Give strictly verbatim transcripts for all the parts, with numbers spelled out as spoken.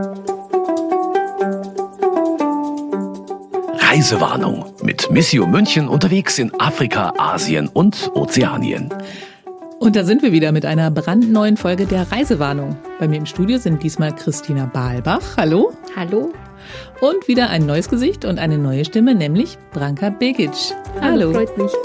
Reisewarnung mit Missio München unterwegs in Afrika, Asien und Ozeanien. Und da sind wir wieder mit einer brandneuen Folge der Reisewarnung. Bei mir im Studio sind diesmal Christina Balbach. Hallo. Hallo. Und wieder ein neues Gesicht und eine neue Stimme, nämlich Branka Begic. Hallo. Hallo. Freut mich.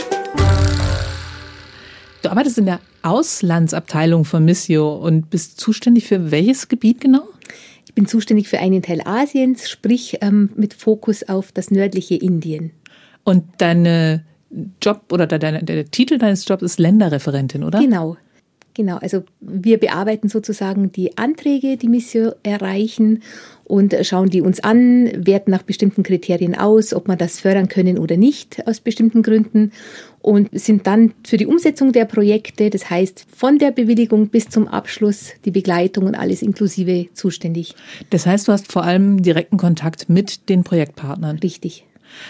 Du arbeitest in der Auslandsabteilung von Missio und bist zuständig für welches Gebiet genau? Ich bin zuständig für einen Teil Asiens, sprich ähm, mit Fokus auf das nördliche Indien. Und deine Job oder deine, der Titel deines Jobs ist Länderreferentin, oder? Genau, genau. Also wir bearbeiten sozusagen die Anträge, die Missio erreichen und schauen die uns an, werten nach bestimmten Kriterien aus, ob wir das fördern können oder nicht aus bestimmten Gründen und sind dann für die Umsetzung der Projekte, das heißt von der Bewilligung bis zum Abschluss, die Begleitung und alles inklusive zuständig. Das heißt, du hast vor allem direkten Kontakt mit den Projektpartnern. Richtig.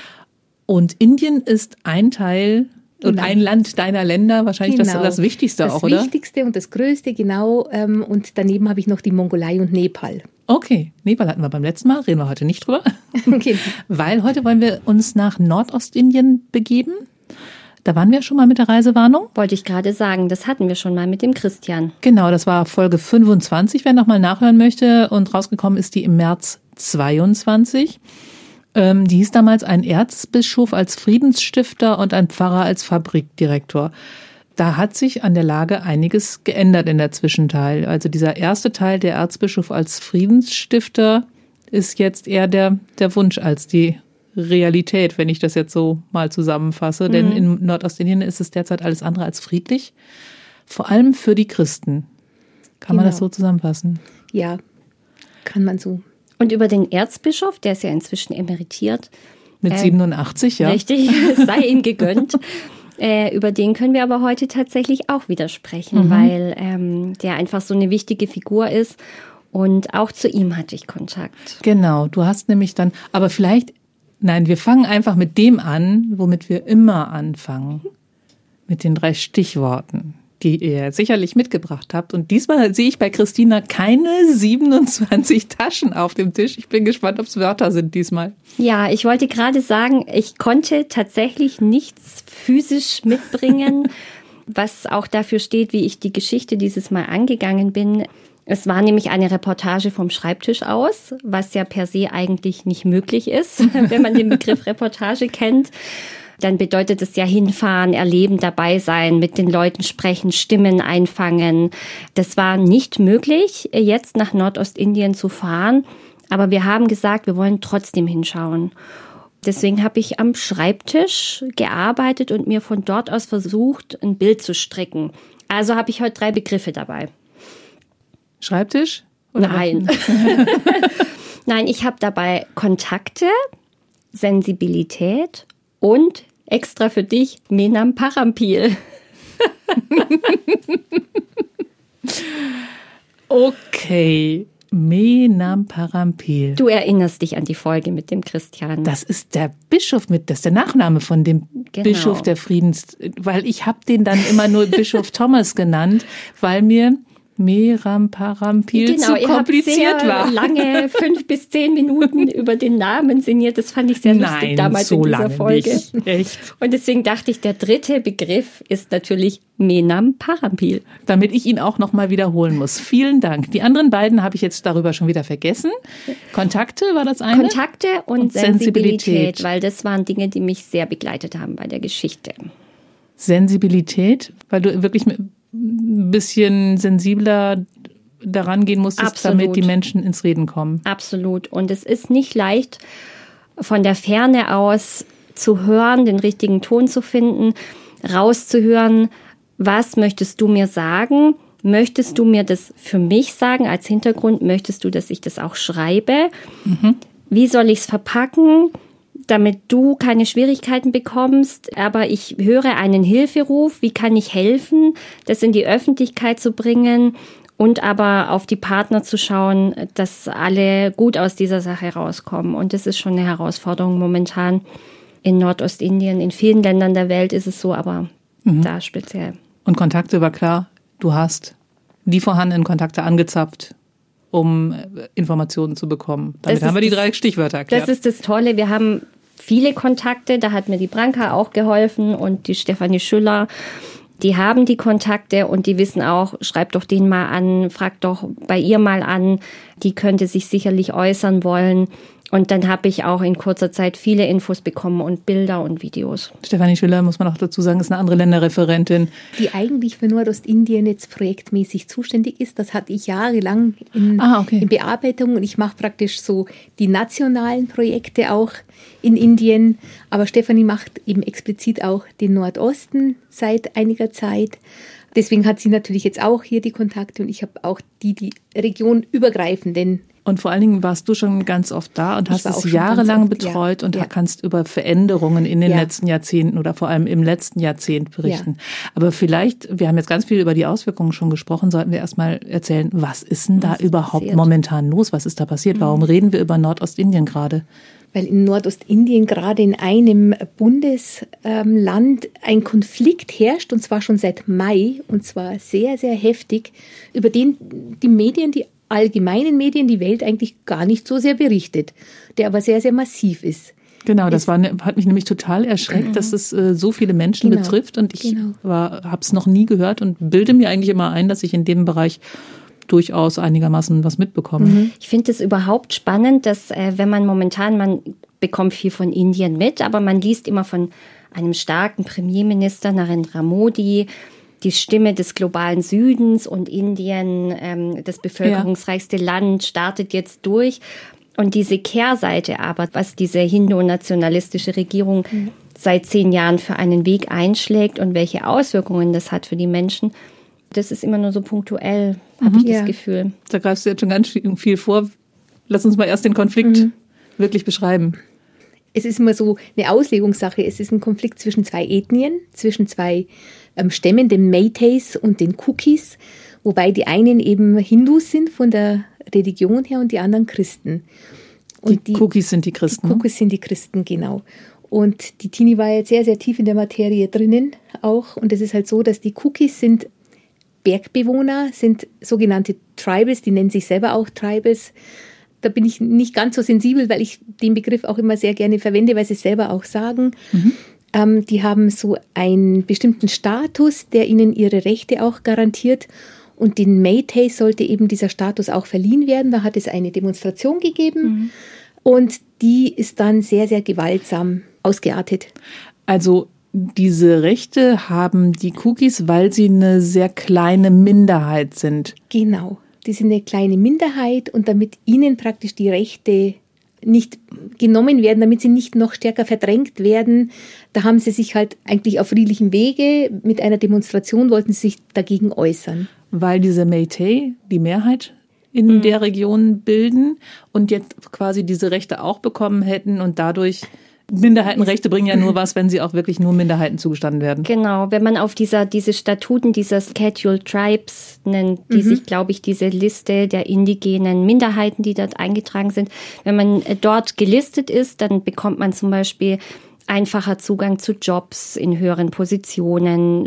Und Indien ist ein Teil und genau. ein Land deiner Länder, wahrscheinlich genau. das, das Wichtigste das auch, oder? Das Wichtigste und das Größte, genau. Und daneben habe ich noch die Mongolei und Nepal. Okay, Nepal hatten wir beim letzten Mal, reden wir heute nicht drüber. Okay. Weil heute wollen wir uns nach Nordostindien begeben. Da waren wir schon mal mit der Reisewarnung. Wollte ich gerade sagen, das hatten wir schon mal mit dem Christian. Genau, das war Folge fünfundzwanzig, wer noch mal nachhören möchte. Und rausgekommen ist die im März zweiundzwanzig. Ähm, die hieß damals ein Erzbischof als Friedensstifter und ein Pfarrer als Fabrikdirektor. Da hat sich an der Lage einiges geändert in der Zwischenteil. Also dieser erste Teil, der Erzbischof als Friedensstifter, ist jetzt eher der, der Wunsch als die Realität, wenn ich das jetzt so mal zusammenfasse. Mhm. Denn in Nordostindien ist es derzeit alles andere als friedlich. Vor allem für die Christen. Kann genau. man das so zusammenfassen? Ja, kann man so. Und über den Erzbischof, der ist ja inzwischen emeritiert. Mit äh, siebenundachtzig, ja. Richtig, es sei ihm gegönnt. Äh, über den können wir aber heute tatsächlich auch wieder sprechen, mhm. weil ähm, der einfach so eine wichtige Figur ist. Und auch zu ihm hatte ich Kontakt. Genau, du hast nämlich dann, aber vielleicht, nein, wir fangen einfach mit dem an, womit wir immer anfangen. Mit den drei Stichworten, die ihr sicherlich mitgebracht habt. Und diesmal sehe ich bei Christina keine siebenundzwanzig Taschen auf dem Tisch. Ich bin gespannt, ob es Wörter sind diesmal. Ja, ich wollte gerade sagen, ich konnte tatsächlich nichts physisch mitbringen, was auch dafür steht, wie ich die Geschichte dieses Mal angegangen bin. Es war nämlich eine Reportage vom Schreibtisch aus, was ja per se eigentlich nicht möglich ist, wenn man den Begriff Reportage kennt. Dann bedeutet es ja hinfahren, erleben, dabei sein, mit den Leuten sprechen, Stimmen einfangen. Das war nicht möglich, jetzt nach Nordostindien zu fahren. Aber wir haben gesagt, wir wollen trotzdem hinschauen. Deswegen habe ich am Schreibtisch gearbeitet und mir von dort aus versucht, ein Bild zu stricken. Also habe ich heute drei Begriffe dabei. Schreibtisch? Oder Nein. Nein, ich habe dabei Kontakte, Sensibilität und extra für dich, Menam Parampil. Okay, Menam Parampil. Du erinnerst dich an die Folge mit dem Christian. Das ist der Bischof, mit, das ist der Nachname von dem genau. Bischof der Friedens, weil ich habe den dann immer nur Bischof Thomas genannt, weil mir Menam Parampil genau, zu kompliziert sehr war. Lange, fünf bis zehn Minuten über den Namen sinniert. Das fand ich sehr Nein, lustig damals so in dieser lange Folge. Nicht. Echt? Und deswegen dachte ich, der dritte Begriff ist natürlich Menam Parampil. Damit ich ihn auch noch mal wiederholen muss. Vielen Dank. Die anderen beiden habe ich jetzt darüber schon wieder vergessen. Kontakte war das eine? Kontakte und, und Sensibilität, Sensibilität, weil das waren Dinge, die mich sehr begleitet haben bei der Geschichte. Sensibilität, weil du wirklich mit ein bisschen sensibler daran gehen musstest, Absolut. Damit die Menschen ins Reden kommen. Absolut. Und es ist nicht leicht, von der Ferne aus zu hören, den richtigen Ton zu finden, rauszuhören, was möchtest du mir sagen? Möchtest du mir das für mich sagen als Hintergrund? Möchtest du, dass ich das auch schreibe? Mhm. Wie soll ich es verpacken, damit du keine Schwierigkeiten bekommst, aber ich höre einen Hilferuf, wie kann ich helfen, das in die Öffentlichkeit zu bringen und aber auf die Partner zu schauen, dass alle gut aus dieser Sache rauskommen. Und das ist schon eine Herausforderung momentan in Nordostindien. In vielen Ländern der Welt ist es so, aber mhm. da speziell. Und Kontakte war klar, du hast die vorhandenen Kontakte angezapft um Informationen zu bekommen. Damit Das haben wir die ist das- drei Stichwörter erklärt. Das ist das Tolle. Wir haben viele Kontakte. Da hat mir die Branka auch geholfen und die Stefanie Schüller. Die haben die Kontakte und die wissen auch, schreibt doch den mal an, fragt doch bei ihr mal an. Die könnte sich sicherlich äußern wollen. Und dann habe ich auch in kurzer Zeit viele Infos bekommen und Bilder und Videos. Stefanie Schüller, muss man auch dazu sagen, ist eine andere Länderreferentin. Die eigentlich für Nordostindien jetzt projektmäßig zuständig ist. Das hatte ich jahrelang in, Ah, okay. in Bearbeitung und ich mache praktisch so die nationalen Projekte auch in Indien. Aber Stefanie macht eben explizit auch den Nordosten seit einiger Zeit. Deswegen hat sie natürlich jetzt auch hier die Kontakte und ich habe auch die, die regionübergreifenden. Und vor allen Dingen warst du schon ganz oft da und Ich hast war auch es schon jahrelang ganz oft, betreut ja. und Ja. kannst über Veränderungen in den Ja. letzten Jahrzehnten oder vor allem im letzten Jahrzehnt berichten. Aber vielleicht, wir haben jetzt ganz viel über die Auswirkungen schon gesprochen, sollten wir erstmal erzählen, was ist denn da Was ist überhaupt passiert? momentan los? Was ist da passiert? Warum reden wir über Nordostindien gerade? Weil in Nordostindien gerade in einem Bundesland ein Konflikt herrscht, und zwar schon seit Mai, und zwar sehr, sehr heftig, über den die Medien, die allgemeinen Medien, die Welt eigentlich gar nicht so sehr berichtet, der aber sehr, sehr massiv ist. Genau, das Es- war, ne- hat mich nämlich total erschreckt, dass es äh, so viele Menschen Genau, betrifft und ich genau. habe es noch nie gehört und bilde mir eigentlich immer ein, dass ich in dem Bereich durchaus einigermaßen was mitbekomme. Ich finde es überhaupt spannend, dass äh, wenn man momentan, man bekommt viel von Indien mit, aber man liest immer von einem starken Premierminister, Narendra Modi, die Stimme des globalen Südens und Indien, ähm, das bevölkerungsreichste Land, startet jetzt durch. Und diese Kehrseite aber, was diese hindu-nationalistische Regierung seit zehn Jahren für einen Weg einschlägt und welche Auswirkungen das hat für die Menschen, das ist immer nur so punktuell, habe ich Ja. das Gefühl. Da greifst du jetzt schon ganz viel vor. Lass uns mal erst den Konflikt wirklich beschreiben. Es ist immer so eine Auslegungssache. Es ist ein Konflikt zwischen zwei Ethnien, zwischen zwei ähm, Stämmen, den Meiteis und den Kukis, wobei die einen eben Hindus sind von der Religion her und die anderen Christen. Und Die Cookies sind die Christen. Die ne? Kukis sind die Christen, genau. Und die Tini war jetzt sehr, sehr tief in der Materie drinnen auch. Und es ist halt so, dass die Kukis sind Bergbewohner, sind sogenannte Tribals, die nennen sich selber auch Tribals. Da bin ich nicht ganz so sensibel, weil ich den Begriff auch immer sehr gerne verwende, weil sie es selber auch sagen. Mhm. Ähm, die haben so einen bestimmten Status, der ihnen ihre Rechte auch garantiert. Und den Meiteis sollte eben dieser Status auch verliehen werden. Da hat es eine Demonstration gegeben Mhm. und die ist dann sehr, sehr gewaltsam ausgeartet. Also diese Rechte haben die Cookies, weil sie eine sehr kleine Minderheit sind. Genau, die sind eine kleine Minderheit und damit ihnen praktisch die Rechte nicht genommen werden, damit sie nicht noch stärker verdrängt werden, da haben sie sich halt eigentlich auf friedlichem Wege mit einer Demonstration wollten sie sich dagegen äußern. Weil diese Meitei die Mehrheit in der Region bilden und jetzt quasi diese Rechte auch bekommen hätten und dadurch Minderheitenrechte bringen ja nur was, wenn sie auch wirklich nur Minderheiten zugestanden werden. Genau, wenn man auf dieser, diese Statuten dieser Scheduled Tribes nennt, die sich, glaube ich, diese Liste der indigenen Minderheiten, die dort eingetragen sind, wenn man dort gelistet ist, dann bekommt man zum Beispiel einfacher Zugang zu Jobs in höheren Positionen,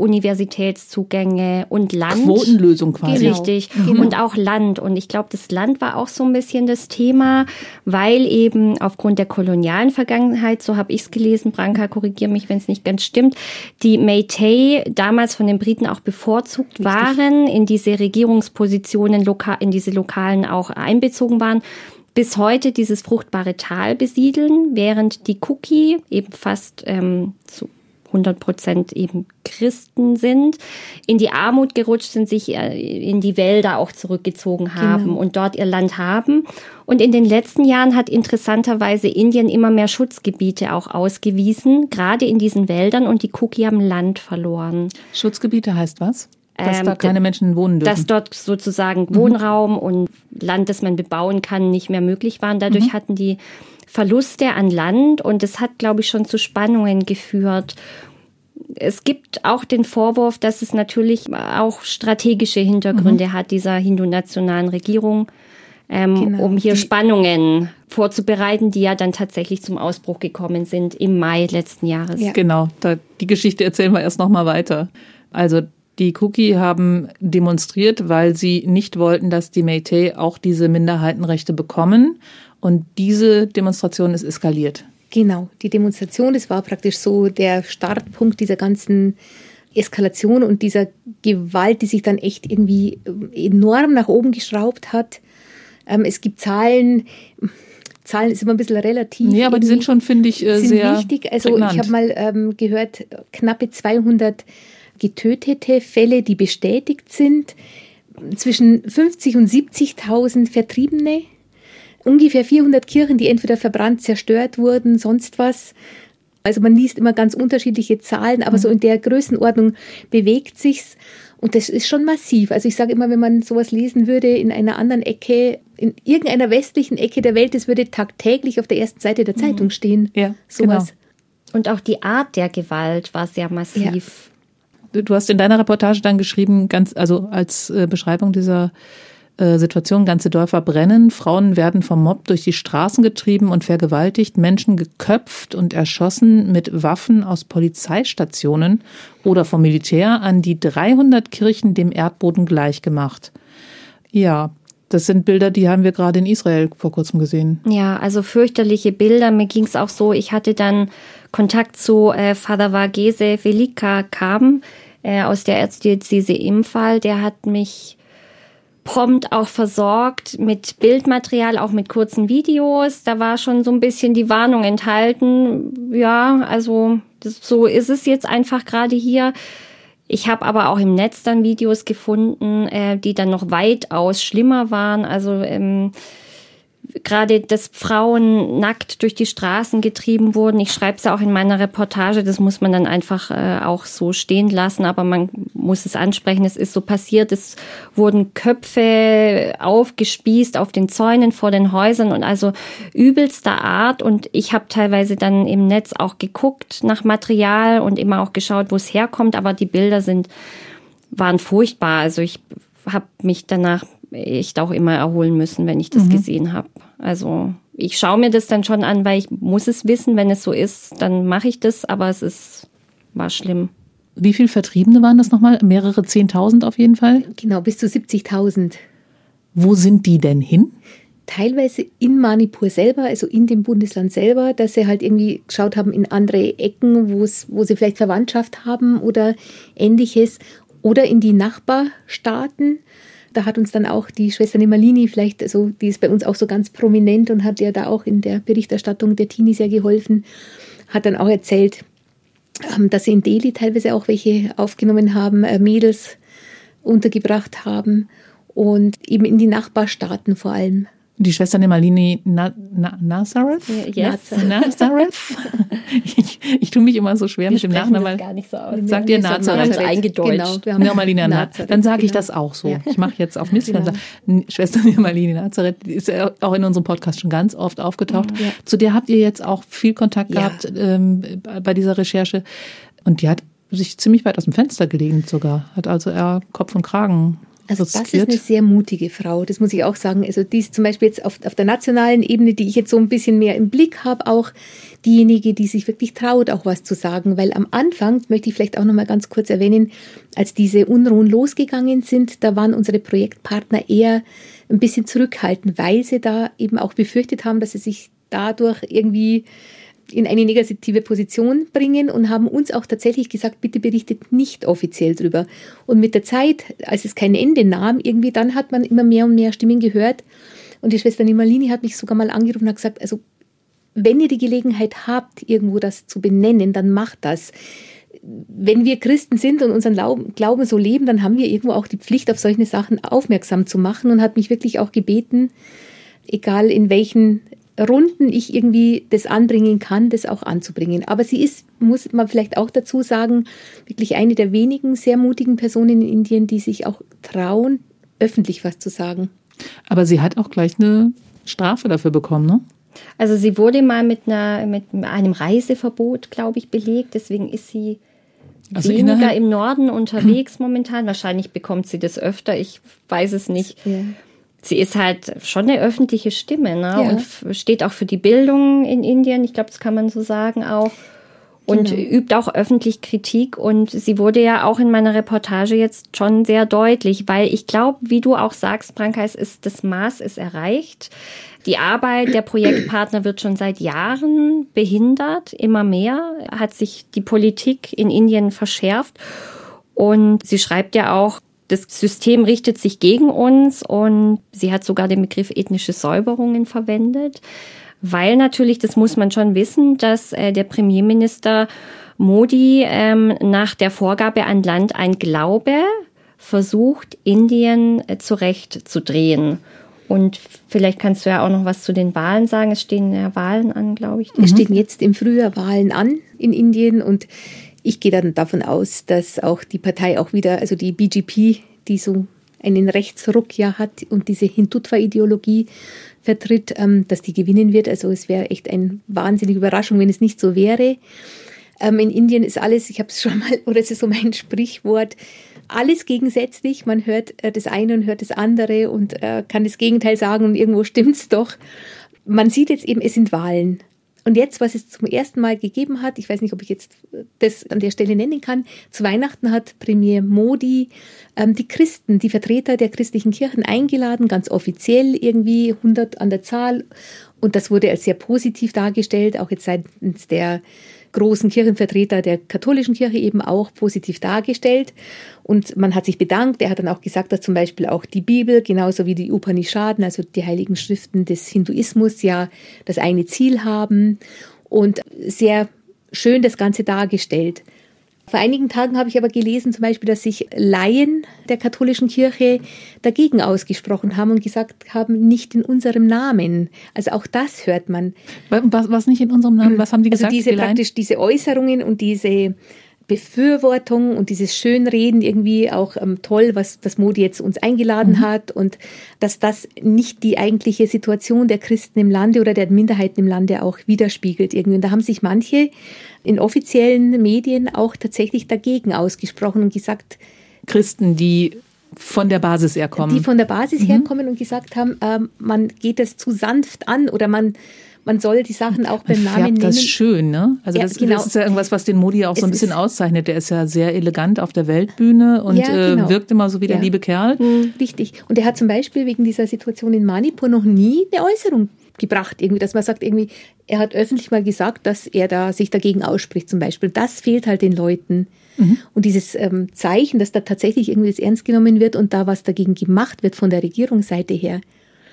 Universitätszugänge und Land. Quotenlösung quasi. Genau. Richtig. Genau. Und auch Land. Und ich glaube, das Land war auch so ein bisschen das Thema, weil eben aufgrund der kolonialen Vergangenheit, so habe ich es gelesen, Branka, korrigiere mich, wenn es nicht ganz stimmt, die Meitei damals von den Briten auch bevorzugt waren, in diese Regierungspositionen, loka- in diese Lokalen auch einbezogen waren, bis heute dieses fruchtbare Tal besiedeln, während die Kuki eben fast ähm, zu hundert Prozent eben Christen sind, in die Armut gerutscht sind, sich in die Wälder auch zurückgezogen haben Genau. und dort ihr Land haben. Und in den letzten Jahren hat interessanterweise Indien immer mehr Schutzgebiete auch ausgewiesen, gerade in diesen Wäldern, und die Kuki haben Land verloren. Schutzgebiete heißt was? Dass Ähm, da keine Menschen wohnen dürfen. Dass dort sozusagen Wohnraum und Land, das man bebauen kann, nicht mehr möglich waren. Dadurch Mhm. hatten die Verluste an Land und das hat, glaube ich, schon zu Spannungen geführt. Es gibt auch den Vorwurf, dass es natürlich auch strategische Hintergründe Mhm. hat, dieser hindu-nationalen Regierung, ähm, Genau. um hier Die- Spannungen vorzubereiten, die ja dann tatsächlich zum Ausbruch gekommen sind im Mai letzten Jahres. Ja. Genau, da, die Geschichte erzählen wir erst noch mal weiter. Also Die Kuki haben demonstriert, weil sie nicht wollten, dass die Métis auch diese Minderheitenrechte bekommen. Und diese Demonstration ist eskaliert. Genau, die Demonstration, das war praktisch so der Startpunkt dieser ganzen Eskalation und dieser Gewalt, die sich dann echt irgendwie enorm nach oben geschraubt hat. Ähm, es gibt Zahlen, Zahlen ist immer ein bisschen relativ. Nee, aber die sind schon, finde ich, äh, sind sehr wichtig. Also prägnant. ich habe mal ähm, gehört, knappe zweihundert getötete Fälle, die bestätigt sind, zwischen fünfzig und siebzigtausend Vertriebene, ungefähr vierhundert Kirchen, die entweder verbrannt, zerstört wurden, sonst was. Also man liest immer ganz unterschiedliche Zahlen, aber mhm. so in der Größenordnung bewegt sich's. Und das ist schon massiv. Also ich sage immer, wenn man sowas lesen würde in einer anderen Ecke, in irgendeiner westlichen Ecke der Welt, das würde tagtäglich auf der ersten Seite der Zeitung stehen. Ja, sowas. genau. Und auch die Art der Gewalt war sehr massiv. Ja. Du hast in deiner Reportage dann geschrieben, ganz, also als äh, Beschreibung dieser äh, Situation, ganze Dörfer brennen, Frauen werden vom Mob durch die Straßen getrieben und vergewaltigt, Menschen geköpft und erschossen mit Waffen aus Polizeistationen oder vom Militär an die dreihundert Kirchen dem Erdboden gleichgemacht. Ja, das sind Bilder, die haben wir gerade in Israel vor kurzem gesehen. Ja, also fürchterliche Bilder. Mir ging es auch so, ich hatte dann Kontakt zu äh, Father Varghese Velika Kam äh, aus der Erzdiözese Imphal. Der hat mich prompt auch versorgt mit Bildmaterial, auch mit kurzen Videos. Da war schon so ein bisschen die Warnung enthalten. Ja, also das, so ist es jetzt einfach gerade hier. Ich habe aber auch im Netz dann Videos gefunden, äh, die dann noch weitaus schlimmer waren. Also ähm, gerade, dass Frauen nackt durch die Straßen getrieben wurden. Ich schreibe es ja auch in meiner Reportage, das muss man dann einfach äh, auch so stehen lassen, aber man muss es ansprechen, es ist so passiert, es wurden Köpfe aufgespießt auf den Zäunen vor den Häusern und also übelster Art und ich habe teilweise dann im Netz auch geguckt nach Material und immer auch geschaut, wo es herkommt, aber die Bilder sind waren furchtbar, also ich habe mich danach echt auch immer erholen müssen, wenn ich das mhm. gesehen habe. Also ich schaue mir das dann schon an, weil ich muss es wissen, wenn es so ist, dann mache ich das, aber es ist war schlimm. Wie viele Vertriebene waren das nochmal? Mehrere Zehntausend auf jeden Fall? Genau, bis zu siebzigtausend. Wo sind die denn hin? Teilweise in Manipur selber, also in dem Bundesland selber, dass sie halt irgendwie geschaut haben in andere Ecken, wo es, wo sie vielleicht Verwandtschaft haben oder Ähnliches, oder in die Nachbarstaaten. Da hat uns dann auch die Schwester Nemalini, vielleicht, also die ist bei uns auch so ganz prominent und hat ja da auch in der Berichterstattung der Teenies ja geholfen, hat dann auch erzählt, dass sie in Delhi teilweise auch welche aufgenommen haben, Mädels untergebracht haben und eben in die Nachbarstaaten vor allem. Die Schwester Nemalini Na, Na, Nazareth? Yes. Nazareth? ich, ich tue mich immer so schwer wir mit dem Nachnamen. Das gar nicht so aus. Sagt ihr Nazareth? Eingedeutscht. Genau, Nemalini Nazareth. Dann sage ich genau. das auch so. Ja. Ich mache jetzt auf Mist. Genau. Schwester Nemalini Nazareth, die ist ja auch in unserem Podcast schon ganz oft aufgetaucht. Ja. Zu der habt ihr jetzt auch viel Kontakt ja. gehabt ähm, bei dieser Recherche. Und die hat sich ziemlich weit aus dem Fenster gelehnt sogar. Hat also eher Kopf und Kragen. Also das ist eine sehr mutige Frau, das muss ich auch sagen. Also die ist zum Beispiel jetzt auf, auf der nationalen Ebene, die ich jetzt so ein bisschen mehr im Blick habe, auch diejenige, die sich wirklich traut, auch was zu sagen. Weil am Anfang, möchte ich vielleicht auch noch mal ganz kurz erwähnen, als diese Unruhen losgegangen sind, da waren unsere Projektpartner eher ein bisschen zurückhaltend, weil sie da eben auch befürchtet haben, dass sie sich dadurch irgendwie in eine negative Position bringen und haben uns auch tatsächlich gesagt, bitte berichtet nicht offiziell drüber. Und mit der Zeit, als es kein Ende nahm, irgendwie dann hat man immer mehr und mehr Stimmen gehört. Und die Schwester Nemalini hat mich sogar mal angerufen und hat gesagt, also wenn ihr die Gelegenheit habt, irgendwo das zu benennen, dann macht das. Wenn wir Christen sind und unseren Glauben so leben, dann haben wir irgendwo auch die Pflicht, auf solche Sachen aufmerksam zu machen und hat mich wirklich auch gebeten, egal in welchen Runden ich irgendwie das anbringen kann, das auch anzubringen. Aber sie ist, muss man vielleicht auch dazu sagen, wirklich eine der wenigen sehr mutigen Personen in Indien, die sich auch trauen, öffentlich was zu sagen. Aber sie hat auch gleich eine Strafe dafür bekommen, ne? Also sie wurde mal mit, einer, mit einem Reiseverbot, glaube ich, belegt. Deswegen ist sie also weniger im Norden unterwegs momentan. Wahrscheinlich bekommt sie das öfter, ich weiß es nicht. Ja. Sie ist halt schon eine öffentliche Stimme, ne? Ja. Und f- steht auch für die Bildung in Indien. Ich glaube, das kann man so sagen auch. und genau. übt auch öffentlich Kritik. Und sie wurde ja auch in meiner Reportage jetzt schon sehr deutlich, weil ich glaube, wie du auch sagst, Branka, es ist, das Maß ist erreicht. Die Arbeit der Projektpartner wird schon seit Jahren behindert, immer mehr hat sich die Politik in Indien verschärft. Und sie schreibt ja auch, das System richtet sich gegen uns, und sie hat sogar den Begriff ethnische Säuberungen verwendet, weil natürlich, das muss man schon wissen, dass äh, der Premierminister Modi ähm, nach der Vorgabe an Land ein Glaube versucht, Indien äh, zurechtzudrehen. Und vielleicht kannst du ja auch noch was zu den Wahlen sagen. Es stehen ja Wahlen an, glaube ich. Mhm. Es stehen jetzt im Frühjahr Wahlen an in Indien, und ich gehe dann davon aus, dass auch die Partei auch wieder, also die B J P, die so einen Rechtsruck ja hat und diese Hindutva-Ideologie vertritt, ähm, dass die gewinnen wird. Also es wäre echt eine wahnsinnige Überraschung, wenn es nicht so wäre. Ähm, in Indien ist alles, ich habe es schon mal, oder es ist so mein Sprichwort, alles gegensätzlich. Man hört äh, das eine und hört das andere und äh, kann das Gegenteil sagen, und irgendwo stimmt's doch. Man sieht jetzt eben, es sind Wahlen. Und jetzt, was es zum ersten Mal gegeben hat, ich weiß nicht, ob ich jetzt das an der Stelle nennen kann, zu Weihnachten hat Premier Modi ähm, die Christen, die Vertreter der christlichen Kirchen eingeladen, ganz offiziell irgendwie hundert an der Zahl. Und das wurde als sehr positiv dargestellt, auch jetzt seitens der großen Kirchenvertreter der katholischen Kirche eben auch positiv dargestellt. Und man hat sich bedankt. Er hat dann auch gesagt, dass zum Beispiel auch die Bibel, genauso wie die Upanishaden, also die heiligen Schriften des Hinduismus, ja das eine Ziel haben. Und sehr schön das Ganze dargestellt. Vor einigen Tagen habe ich aber gelesen, zum Beispiel, dass sich Laien der katholischen Kirche dagegen ausgesprochen haben und gesagt haben, nicht in unserem Namen. Also auch das hört man. Was, was nicht in unserem Namen? Was haben die gesagt? Also diese, praktisch diese Äußerungen und diese Befürwortung und dieses Schönreden irgendwie auch ähm, toll, was das Modi jetzt uns eingeladen mhm. hat, und dass das nicht die eigentliche Situation der Christen im Lande oder der Minderheiten im Lande auch widerspiegelt irgendwie. Und da haben sich manche in offiziellen Medien auch tatsächlich dagegen ausgesprochen und gesagt, Christen, die von der Basis herkommen. Die von der Basis mhm. herkommen und gesagt haben, ähm, man geht das zu sanft an, oder man Man soll die Sachen auch beim man Namen nennen. Das schön, ne? Also ja, das, genau. das ist ja irgendwas, was den Modi auch so ein bisschen auszeichnet. Der ist ja sehr elegant auf der Weltbühne und ja, genau. äh, wirkt immer so wie der ja. liebe Kerl. Mhm, richtig. Und er hat zum Beispiel wegen dieser Situation in Manipur noch nie eine Äußerung gebracht, irgendwie, dass man sagt, irgendwie, er hat öffentlich mal gesagt, dass er da sich dagegen ausspricht, zum Beispiel. Das fehlt halt den Leuten. Mhm. Und dieses ähm, Zeichen, dass da tatsächlich irgendwie das ernst genommen wird und da was dagegen gemacht wird von der Regierungsseite her.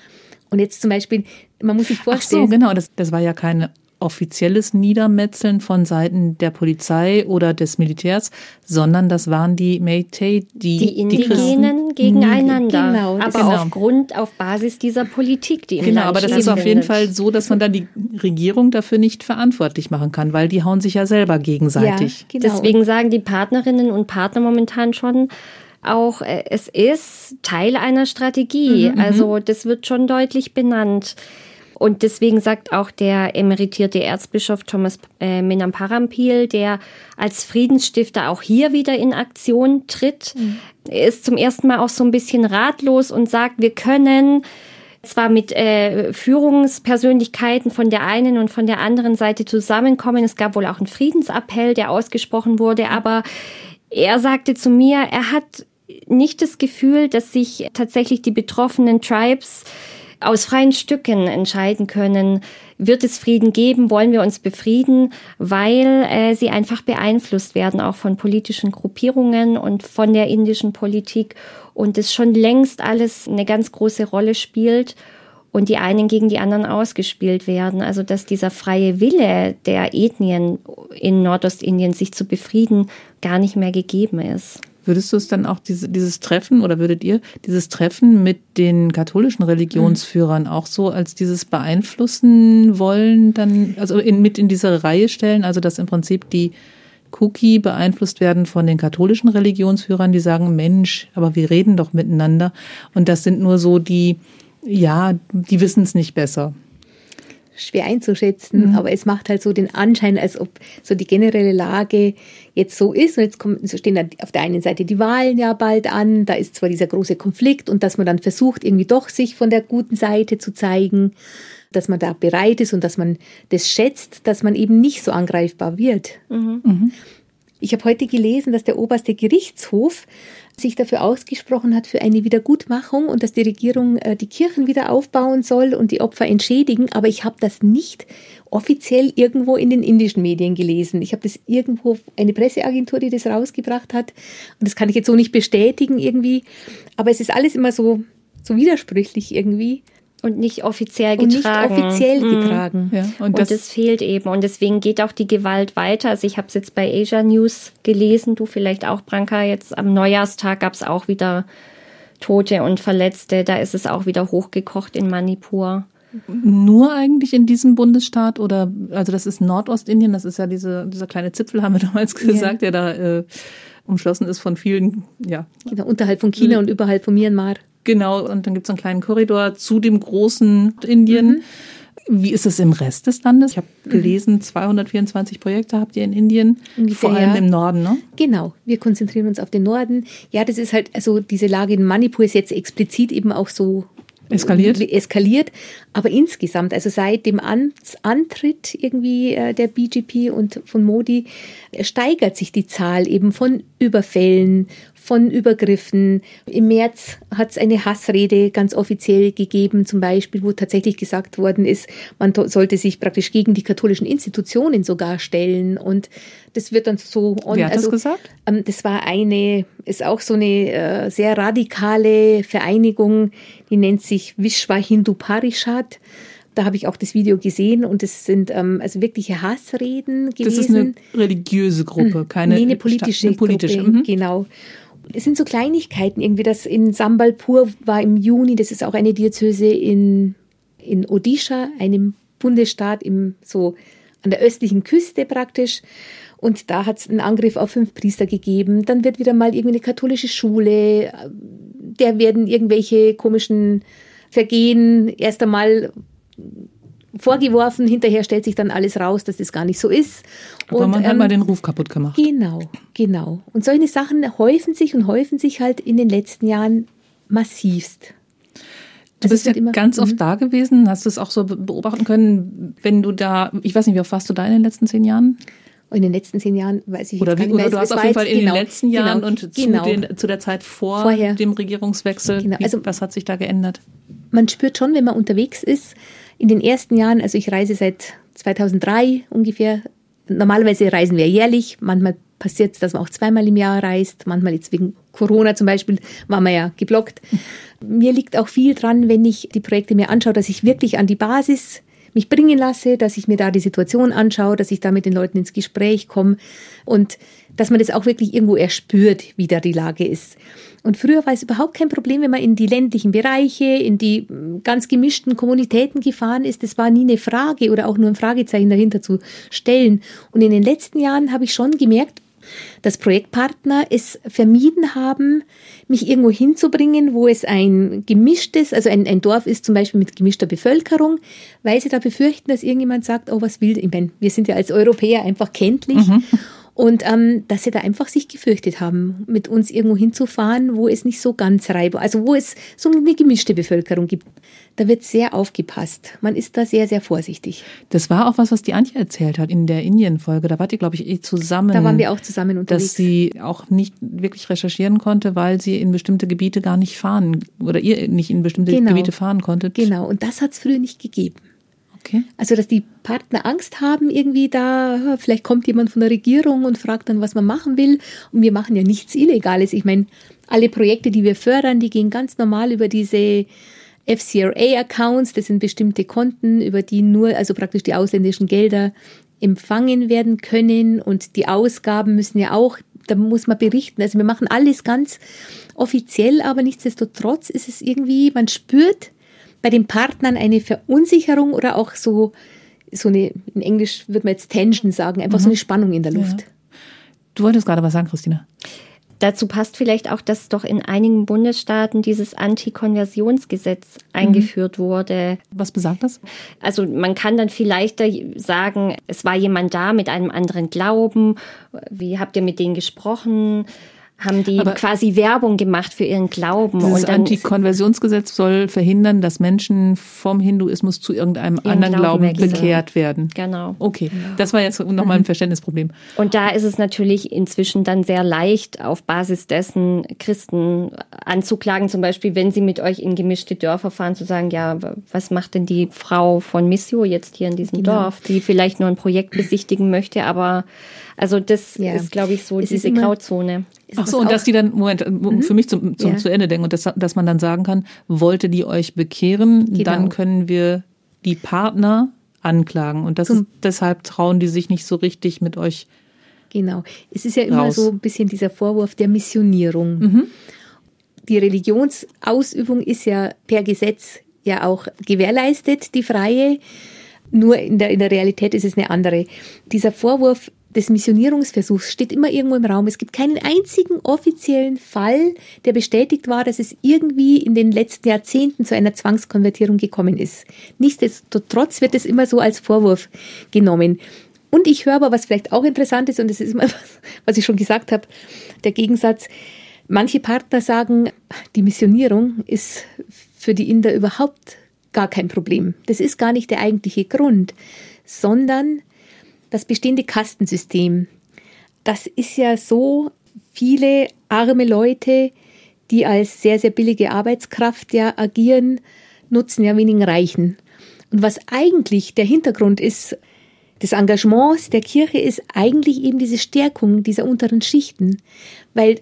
Und jetzt zum Beispiel, man muss sich vorstellen. Ach so, genau, das, das war ja kein offizielles Niedermetzeln von Seiten der Polizei oder des Militärs, sondern das waren die Meitei, die die Indigenen die gegeneinander, genau, aber genau. aufgrund, auf Basis dieser Politik, die im Genau, Land aber das ist auf jeden Fall so, dass man dann die Regierung dafür nicht verantwortlich machen kann, weil die hauen sich ja selber gegenseitig. Ja, genau. Deswegen sagen die Partnerinnen und Partner momentan schon, auch es ist Teil einer Strategie. Mhm, also das wird schon deutlich benannt. Und deswegen sagt auch der emeritierte Erzbischof Thomas äh, Menamparampil, der als Friedensstifter auch hier wieder in Aktion tritt, mhm. er ist zum ersten Mal auch so ein bisschen ratlos und sagt, wir können zwar mit äh, Führungspersönlichkeiten von der einen und von der anderen Seite zusammenkommen. Es gab wohl auch einen Friedensappell, der ausgesprochen wurde, aber er sagte zu mir, er hat nicht das Gefühl, dass sich tatsächlich die betroffenen Tribes aus freien Stücken entscheiden können, wird es Frieden geben, wollen wir uns befrieden, weil äh, sie einfach beeinflusst werden, auch von politischen Gruppierungen und von der indischen Politik, und es schon längst alles eine ganz große Rolle spielt und die einen gegen die anderen ausgespielt werden. Also dass dieser freie Wille der Ethnien in Nordostindien, sich zu befrieden, gar nicht mehr gegeben ist. Würdest du es dann auch diese, dieses Treffen oder würdet ihr dieses Treffen mit den katholischen Religionsführern mhm. auch so als dieses beeinflussen wollen, dann also in, mit in diese Reihe stellen, also dass im Prinzip die Kuki beeinflusst werden von den katholischen Religionsführern, die sagen, Mensch, aber wir reden doch miteinander, und das sind nur so die, ja, die wissen es nicht besser. schwer einzuschätzen, mhm. aber es macht halt so den Anschein, als ob so die generelle Lage jetzt so ist. Und jetzt kommen, so stehen dann auf der einen Seite die Wahlen ja bald an, da ist zwar dieser große Konflikt und dass man dann versucht, irgendwie doch sich von der guten Seite zu zeigen, dass man da bereit ist und dass man das schätzt, dass man eben nicht so angreifbar wird. Mhm. Mhm. Ich habe heute gelesen, dass der oberste Gerichtshof sich dafür ausgesprochen hat für eine Wiedergutmachung und dass die Regierung äh, die Kirchen wieder aufbauen soll und die Opfer entschädigen. Aber ich habe das nicht offiziell irgendwo in den indischen Medien gelesen. Ich habe das irgendwo, eine Presseagentur, die das rausgebracht hat. Und das kann ich jetzt so nicht bestätigen irgendwie. Aber es ist alles immer so, so widersprüchlich irgendwie. Und nicht offiziell getragen. Und nicht offiziell mhm. getragen. Ja, und und das, das fehlt eben. Und deswegen geht auch die Gewalt weiter. Also ich habe es jetzt bei Asia News gelesen, du vielleicht auch, Branka. Jetzt am Neujahrstag gab es auch wieder Tote und Verletzte. Da ist es auch wieder hochgekocht in Manipur. Nur eigentlich in diesem Bundesstaat oder, also das ist Nordostindien, das ist ja diese, dieser kleine Zipfel, haben wir damals gesagt, ja. der da äh, umschlossen ist von vielen, ja. Genau, unterhalb von China mhm. und überhalb von Myanmar. Genau, und dann gibt es einen kleinen Korridor zu dem großen Indien. Mhm. Wie ist es im Rest des Landes? Ich habe gelesen, zweihundertvierundzwanzig Projekte habt ihr in Indien, ungefähr, vor allem ja. im Norden, ne? Genau, wir konzentrieren uns auf den Norden. Ja, das ist halt, also diese Lage in Manipur ist jetzt explizit eben auch so eskaliert. eskaliert. Aber insgesamt, also seit dem Amtsantritt irgendwie äh, der B J P und von Modi, steigert sich die Zahl eben von Überfällen, von Übergriffen. Im März hat es eine Hassrede ganz offiziell gegeben, zum Beispiel, wo tatsächlich gesagt worden ist, man to- sollte sich praktisch gegen die katholischen Institutionen sogar stellen. Und das wird dann so... On, Wer hat also, das gesagt? Ähm, das war eine, ist auch so eine äh, sehr radikale Vereinigung, die nennt sich Vishwa Hindu Parishad. Da habe ich auch das Video gesehen und es sind ähm, also wirkliche Hassreden gewesen. Das ist eine religiöse Gruppe, keine nee, eine politische, eine politische. Gruppe, Mhm. genau. Es sind so Kleinigkeiten irgendwie, das in Sambalpur war im Juni, das ist auch eine Diözese in, in Odisha, einem Bundesstaat im, so an der östlichen Küste praktisch. Und da hat es einen Angriff auf fünf Priester gegeben. Dann wird wieder mal irgendwie eine katholische Schule, der werden irgendwelche komischen Vergehen erst einmal vorgeworfen, hinterher stellt sich dann alles raus, dass das gar nicht so ist. Aber und, man hat ähm, mal den Ruf kaputt gemacht. Genau, genau. Und solche Sachen häufen sich und häufen sich halt in den letzten Jahren massivst. Du Also bist ja immer, ganz m- oft da gewesen, hast du es auch so beobachten können, wenn du da, ich weiß nicht, wie oft warst du da in den letzten zehn Jahren? in den letzten zehn Jahren, weiß ich Oder, jetzt gar wie, nicht mehr. oder du Es hast auf war jeden Fall jetzt- in genau, den letzten Jahren genau, und zu, genau. den, zu der Zeit vor Vorher. dem Regierungswechsel, Genau, wie, also- was hat sich da geändert? Man spürt schon, wenn man unterwegs ist, in den ersten Jahren, also ich reise seit zweitausenddrei ungefähr, normalerweise reisen wir jährlich, manchmal passiert es, dass man auch zweimal im Jahr reist, manchmal jetzt wegen Corona zum Beispiel, war man ja geblockt. Mir liegt auch viel dran, wenn ich die Projekte mir anschaue, dass ich wirklich an die Basis mich bringen lasse, dass ich mir da die Situation anschaue, dass ich da mit den Leuten ins Gespräch komme und dass man das auch wirklich irgendwo erspürt, wie da die Lage ist. Und früher war es überhaupt kein Problem, wenn man in die ländlichen Bereiche, in die ganz gemischten Kommunitäten gefahren ist. Das war nie eine Frage oder auch nur ein Fragezeichen dahinter zu stellen. Und in den letzten Jahren habe ich schon gemerkt, dass Projektpartner es vermieden haben, mich irgendwo hinzubringen, wo es ein gemischtes, also ein, ein Dorf ist zum Beispiel mit gemischter Bevölkerung, weil sie da befürchten, dass irgendjemand sagt, oh, was will, ich meine, wir sind ja als Europäer einfach kenntlich. Mhm. Und ähm, dass sie da einfach sich gefürchtet haben, mit uns irgendwo hinzufahren, wo es nicht so ganz reibbar, also wo es so eine gemischte Bevölkerung gibt. Da wird sehr aufgepasst. Man ist da sehr, sehr vorsichtig. Das war auch was, was die Antje erzählt hat in der Indien-Folge. Da wart ihr, glaube ich, eh zusammen. Da waren wir auch zusammen unterwegs. Dass sie auch nicht wirklich recherchieren konnte, weil sie in bestimmte Gebiete gar nicht fahren oder ihr nicht in bestimmte genau. Gebiete fahren konntet. Genau, und das hat es früher nicht gegeben. Okay. Also, dass die Partner Angst haben, irgendwie da, vielleicht kommt jemand von der Regierung und fragt dann, was man machen will. Und wir machen ja nichts Illegales. Ich meine, alle Projekte, die wir fördern, die gehen ganz normal über diese F C R A-Accounts. Das sind bestimmte Konten, über die nur, also praktisch die ausländischen Gelder empfangen werden können. Und die Ausgaben müssen ja auch, da muss man berichten. Also wir machen alles ganz offiziell, aber nichtsdestotrotz ist es irgendwie, man spürt bei den Partnern eine Verunsicherung oder auch so, so eine, in Englisch würde man jetzt Tension sagen, einfach mhm. so eine Spannung in der Luft. Ja. Du wolltest gerade was sagen, Christina. Dazu passt vielleicht auch, dass doch in einigen Bundesstaaten dieses Antikonversionsgesetz eingeführt wurde. Was besagt das? Also man kann dann vielleicht sagen, es war jemand da mit einem anderen Glauben. Wie habt ihr mit denen gesprochen? Haben die aber quasi Werbung gemacht für ihren Glauben. Das und dann Antikonversionsgesetz soll verhindern, dass Menschen vom Hinduismus zu irgendeinem anderen Glauben, Glauben bekehrt werden. Genau. Okay, das war jetzt nochmal ein Verständnisproblem. Und da ist es natürlich inzwischen dann sehr leicht, auf Basis dessen Christen anzuklagen. Zum Beispiel, wenn sie mit euch in gemischte Dörfer fahren, zu sagen, ja, was macht denn die Frau von Missio jetzt hier in diesem genau. Dorf, die vielleicht nur ein Projekt besichtigen möchte, aber also das ja. ist, glaube ich, so es diese Grauzone. Ach so, und dass die dann, Moment, mhm. für mich zum, zum ja. zu Ende denken und das, dass man dann sagen kann, wollte die euch bekehren, genau. dann können wir die Partner anklagen. Und das ist, deshalb trauen die sich nicht so richtig mit euch. Genau. Es ist ja immer raus. So ein bisschen dieser Vorwurf der Missionierung. Mhm. Die Religionsausübung ist ja per Gesetz ja auch gewährleistet, die freie. Nur in der, in der Realität ist es eine andere. Dieser Vorwurf des Missionierungsversuchs steht immer irgendwo im Raum. Es gibt keinen einzigen offiziellen Fall, der bestätigt war, dass es irgendwie in den letzten Jahrzehnten zu einer Zwangskonvertierung gekommen ist. Nichtsdestotrotz wird es immer so als Vorwurf genommen. Und ich höre aber, was vielleicht auch interessant ist, und das ist immer, was ich schon gesagt habe, der Gegensatz. Manche Partner sagen, die Missionierung ist für die Inder überhaupt gar kein Problem. Das ist gar nicht der eigentliche Grund, sondern das bestehende Kastensystem. Das ist ja so, viele arme Leute, die als sehr, sehr billige Arbeitskraft ja agieren, nutzen ja wenigen Reichen. Und was eigentlich der Hintergrund ist, des Engagements der Kirche, ist eigentlich eben diese Stärkung dieser unteren Schichten. Weil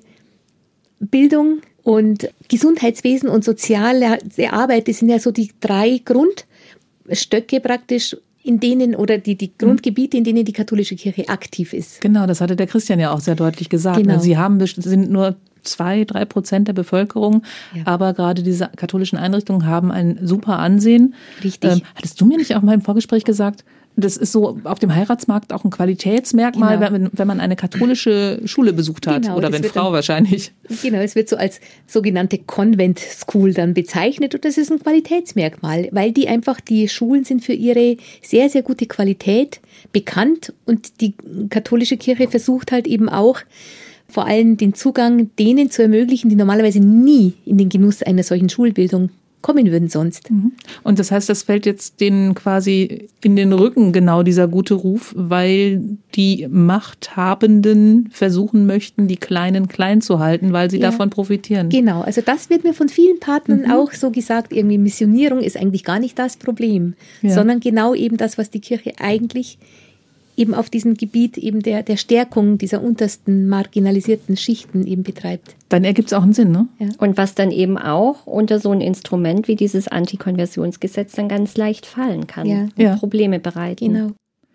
Bildung und Gesundheitswesen und soziale Arbeit, das sind ja so die drei Grundstöcke praktisch, in denen oder die, die Grundgebiete, in denen die katholische Kirche aktiv ist. Genau, das hatte der Christian ja auch sehr deutlich gesagt. Genau. Sie haben, sind nur zwei, drei Prozent der Bevölkerung, ja. aber gerade diese katholischen Einrichtungen haben ein super Ansehen. Richtig. Ähm, hattest du mir nicht auch mal im Vorgespräch gesagt, das ist so auf dem Heiratsmarkt auch ein Qualitätsmerkmal, genau. wenn, wenn man eine katholische Schule besucht hat genau, oder wenn Frau dann, wahrscheinlich. Genau, es wird so als sogenannte Convent School dann bezeichnet und das ist ein Qualitätsmerkmal, weil die einfach, die Schulen sind für ihre sehr, sehr gute Qualität bekannt und die katholische Kirche versucht halt eben auch, vor allem den Zugang denen zu ermöglichen, die normalerweise nie in den Genuss einer solchen Schulbildung kommen würden sonst. Und das heißt, das fällt jetzt denen quasi in den Rücken, genau dieser gute Ruf, weil die Machthabenden versuchen möchten, die Kleinen klein zu halten, weil sie ja. davon profitieren. Genau, also das wird mir von vielen Partnern mhm. auch so gesagt, irgendwie Missionierung ist eigentlich gar nicht das Problem, ja. sondern genau eben das, was die Kirche eigentlich eben auf diesem Gebiet eben der, der Stärkung dieser untersten marginalisierten Schichten eben betreibt. Dann ergibt es auch einen Sinn, ne? Ja. Und was dann eben auch unter so ein Instrument wie dieses Antikonversionsgesetz dann ganz leicht fallen kann ja. und ja. Probleme bereiten. Genau.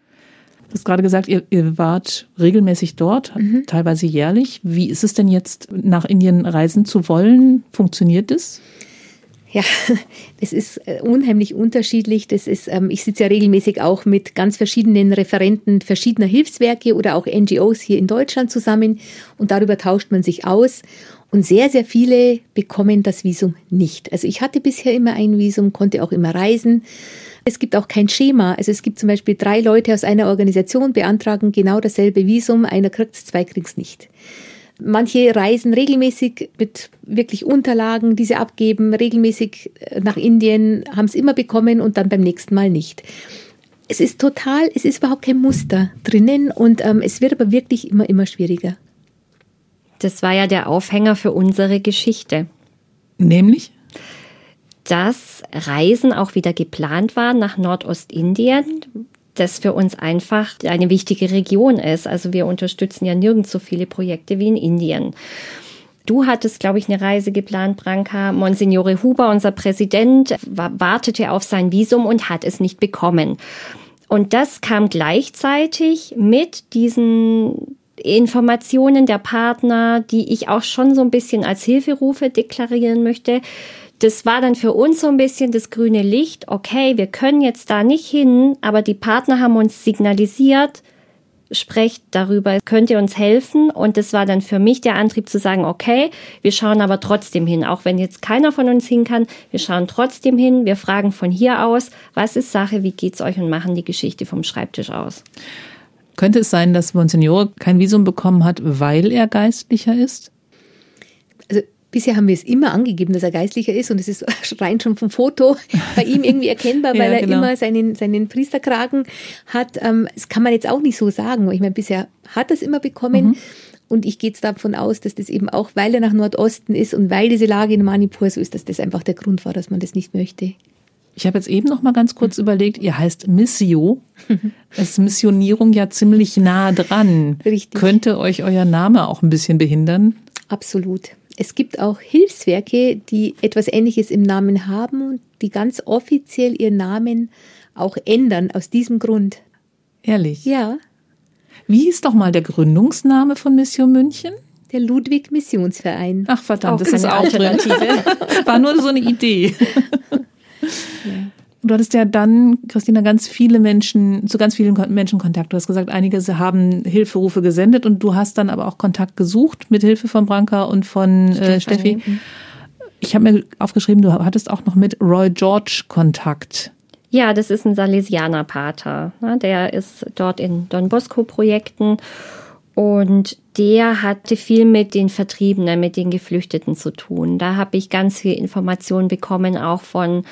Du hast gerade gesagt, ihr, ihr wart regelmäßig dort, mhm. teilweise jährlich. Wie ist es denn jetzt, nach Indien reisen zu wollen? Funktioniert das? Ja, das ist unheimlich unterschiedlich. Das ist, ähm, ich sitze ja regelmäßig auch mit ganz verschiedenen Referenten verschiedener Hilfswerke oder auch N G Os hier in Deutschland zusammen und darüber tauscht man sich aus. Und sehr, sehr viele bekommen das Visum nicht. Also ich hatte bisher immer ein Visum, konnte auch immer reisen. Es gibt auch kein Schema. Also es gibt zum Beispiel drei Leute aus einer Organisation, beantragen genau dasselbe Visum. Einer kriegt es, zwei kriegt es nicht. Manche reisen regelmäßig mit wirklich Unterlagen, die sie abgeben, regelmäßig nach Indien, haben es immer bekommen und dann beim nächsten Mal nicht. Es ist total, es ist überhaupt kein Muster drinnen und ähm, es wird aber wirklich immer, immer schwieriger. Das war ja der Aufhänger für unsere Geschichte. Nämlich? Dass Reisen auch wieder geplant waren nach Nordostindien, das für uns einfach eine wichtige Region ist. Also wir unterstützen ja nirgends so viele Projekte wie in Indien. Du hattest, glaube ich, eine Reise geplant, Branka. Monsignore Huber, unser Präsident, wartete auf sein Visum und hat es nicht bekommen. Und das kam gleichzeitig mit diesen Informationen der Partner, die ich auch schon so ein bisschen als Hilferufe deklarieren möchte. Das war dann für uns so ein bisschen das grüne Licht. Okay, wir können jetzt da nicht hin, aber die Partner haben uns signalisiert, sprecht darüber, könnt ihr uns helfen? Und das war dann für mich der Antrieb zu sagen, okay, wir schauen aber trotzdem hin, auch wenn jetzt keiner von uns hin kann, wir schauen trotzdem hin, wir fragen von hier aus, was ist Sache, wie geht's euch und machen die Geschichte vom Schreibtisch aus. Könnte es sein, dass Monsignore kein Visum bekommen hat, weil er Geistlicher ist? Also bisher haben wir es immer angegeben, dass er Geistlicher ist und es ist rein schon vom Foto bei ihm irgendwie erkennbar, weil ja, er genau. immer seinen, seinen Priesterkragen hat. Das kann man jetzt auch nicht so sagen. Ich meine, bisher hat er es immer bekommen mhm. und ich gehe jetzt davon aus, dass das eben auch, weil er nach Nordosten ist und weil diese Lage in Manipur so ist, dass das einfach der Grund war, dass man das nicht möchte. Ich habe jetzt eben noch mal ganz kurz mhm. überlegt, ihr heißt Missio. Es ist Missionierung ja ziemlich nah dran. Richtig. Könnte euch euer Name auch ein bisschen behindern? Absolut. Es gibt auch Hilfswerke, die etwas Ähnliches im Namen haben und die ganz offiziell ihren Namen auch ändern, aus diesem Grund. Ehrlich? Ja. Wie hieß doch mal der Gründungsname von Missio München? Der Ludwig Missionsverein. Ach verdammt, auch das ist auch Alternative. War nur so eine Idee. Ja. Du hattest ja dann, Christina, ganz viele Menschen, zu ganz vielen Menschen Kontakt. Du hast gesagt, einige haben Hilferufe gesendet und du hast dann aber auch Kontakt gesucht mit Hilfe von Branka und von äh, Steffi. Ich habe mir aufgeschrieben, du hattest auch noch mit Roy George Kontakt. Ja, das ist ein Salesianer-Pater. Der ist dort in Don Bosco-Projekten und der hatte viel mit den Vertriebenen, mit den Geflüchteten zu tun. Da habe ich ganz viel Informationen bekommen, auch von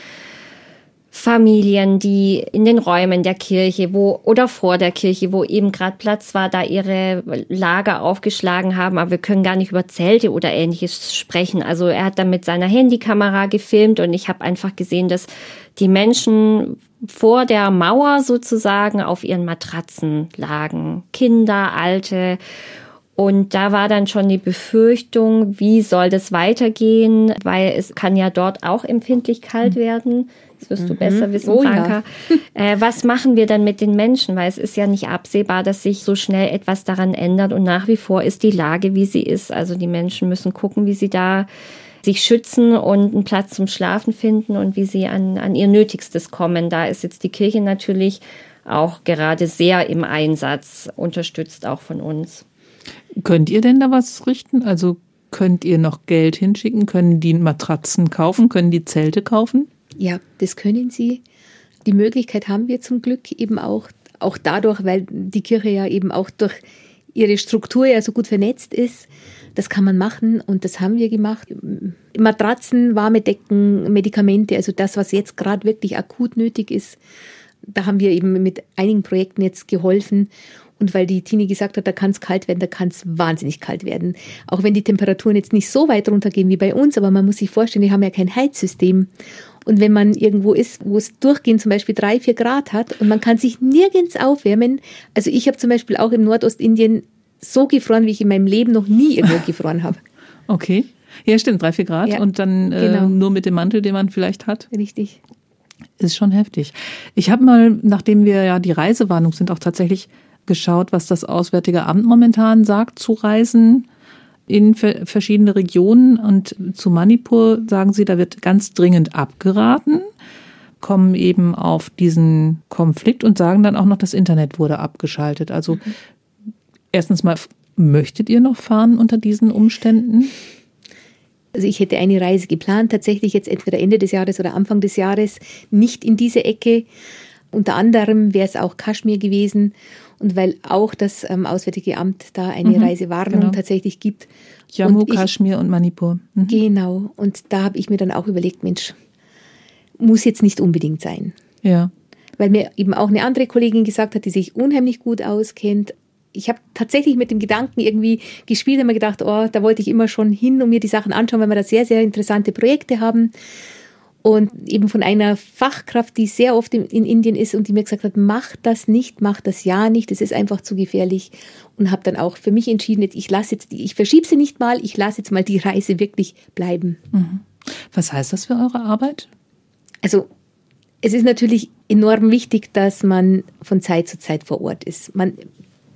Familien, die in den Räumen der Kirche wo oder vor der Kirche, wo eben gerade Platz war, da ihre Lager aufgeschlagen haben, aber wir können gar nicht über Zelte oder Ähnliches sprechen. Also er hat dann mit seiner Handykamera gefilmt und ich habe einfach gesehen, dass die Menschen vor der Mauer sozusagen auf ihren Matratzen lagen. Kinder, Alte. Und da war dann schon die Befürchtung, wie soll das weitergehen, weil es kann ja dort auch empfindlich kalt werden. Das wirst du mhm. besser wissen, oh, Branka. Ja. Äh, was machen wir dann mit den Menschen? Weil es ist ja nicht absehbar, dass sich so schnell etwas daran ändert. Und nach wie vor ist die Lage, wie sie ist. Also die Menschen müssen gucken, wie sie da sich schützen und einen Platz zum Schlafen finden und wie sie an, an ihr Nötigstes kommen. Da ist jetzt die Kirche natürlich auch gerade sehr im Einsatz, unterstützt auch von uns. Könnt ihr denn da was richten? Also könnt ihr noch Geld hinschicken? Können die Matratzen kaufen? Können die Zelte kaufen? Ja, das können sie. Die Möglichkeit haben wir zum Glück eben auch, auch dadurch, weil die Kirche ja eben auch durch ihre Struktur ja so gut vernetzt ist. Das kann man machen und das haben wir gemacht. Matratzen, warme Decken, Medikamente, also das, was jetzt gerade wirklich akut nötig ist, da haben wir eben mit einigen Projekten jetzt geholfen. Und weil die Tini gesagt hat, da kann es kalt werden, da kann es wahnsinnig kalt werden. Auch wenn die Temperaturen jetzt nicht so weit runtergehen wie bei uns, aber man muss sich vorstellen, die haben ja kein Heizsystem. Und wenn man irgendwo ist, wo es durchgehend zum Beispiel drei, vier Grad hat und man kann sich nirgends aufwärmen. Also ich habe zum Beispiel auch im Nordostindien so gefroren, wie ich in meinem Leben noch nie irgendwo gefroren habe. Okay. Ja, stimmt, drei, vier Grad ja, und dann genau. äh, nur mit dem Mantel, den man vielleicht hat. Richtig. Ist schon heftig. Ich habe mal, nachdem wir ja die Reisewarnung sind, auch tatsächlich geschaut, was das Auswärtige Amt momentan sagt zu Reisen in verschiedene Regionen. Und zu Manipur sagen sie, da wird ganz dringend abgeraten, kommen eben auf diesen Konflikt und sagen dann auch noch, das Internet wurde abgeschaltet. Also mhm. erstens mal, möchtet ihr noch fahren unter diesen Umständen? Also ich hätte eine Reise geplant, tatsächlich jetzt entweder Ende des Jahres oder Anfang des Jahres, nicht in diese Ecke. Unter anderem wäre es auch Kaschmir gewesen. Und weil auch das ähm, Auswärtige Amt da eine mhm, Reisewarnung genau. tatsächlich gibt. Jammu, und ich, Kaschmir und Manipur. Mhm. Genau. Und da habe ich mir dann auch überlegt, Mensch, muss jetzt nicht unbedingt sein. Ja. Weil mir eben auch eine andere Kollegin gesagt hat, die sich unheimlich gut auskennt. Ich habe tatsächlich mit dem Gedanken irgendwie gespielt und mir gedacht, oh, da wollte ich immer schon hin und mir die Sachen anschauen, weil wir da sehr, sehr interessante Projekte haben. Und eben von einer Fachkraft, die sehr oft in, in Indien ist und die mir gesagt hat, mach das nicht, mach das ja nicht, das ist einfach zu gefährlich. Und habe dann auch für mich entschieden, ich lasse jetzt, die, ich verschiebe sie nicht mal, ich lasse jetzt mal die Reise wirklich bleiben. Mhm. Was heißt das für eure Arbeit? Also es ist natürlich enorm wichtig, dass man von Zeit zu Zeit vor Ort ist. Man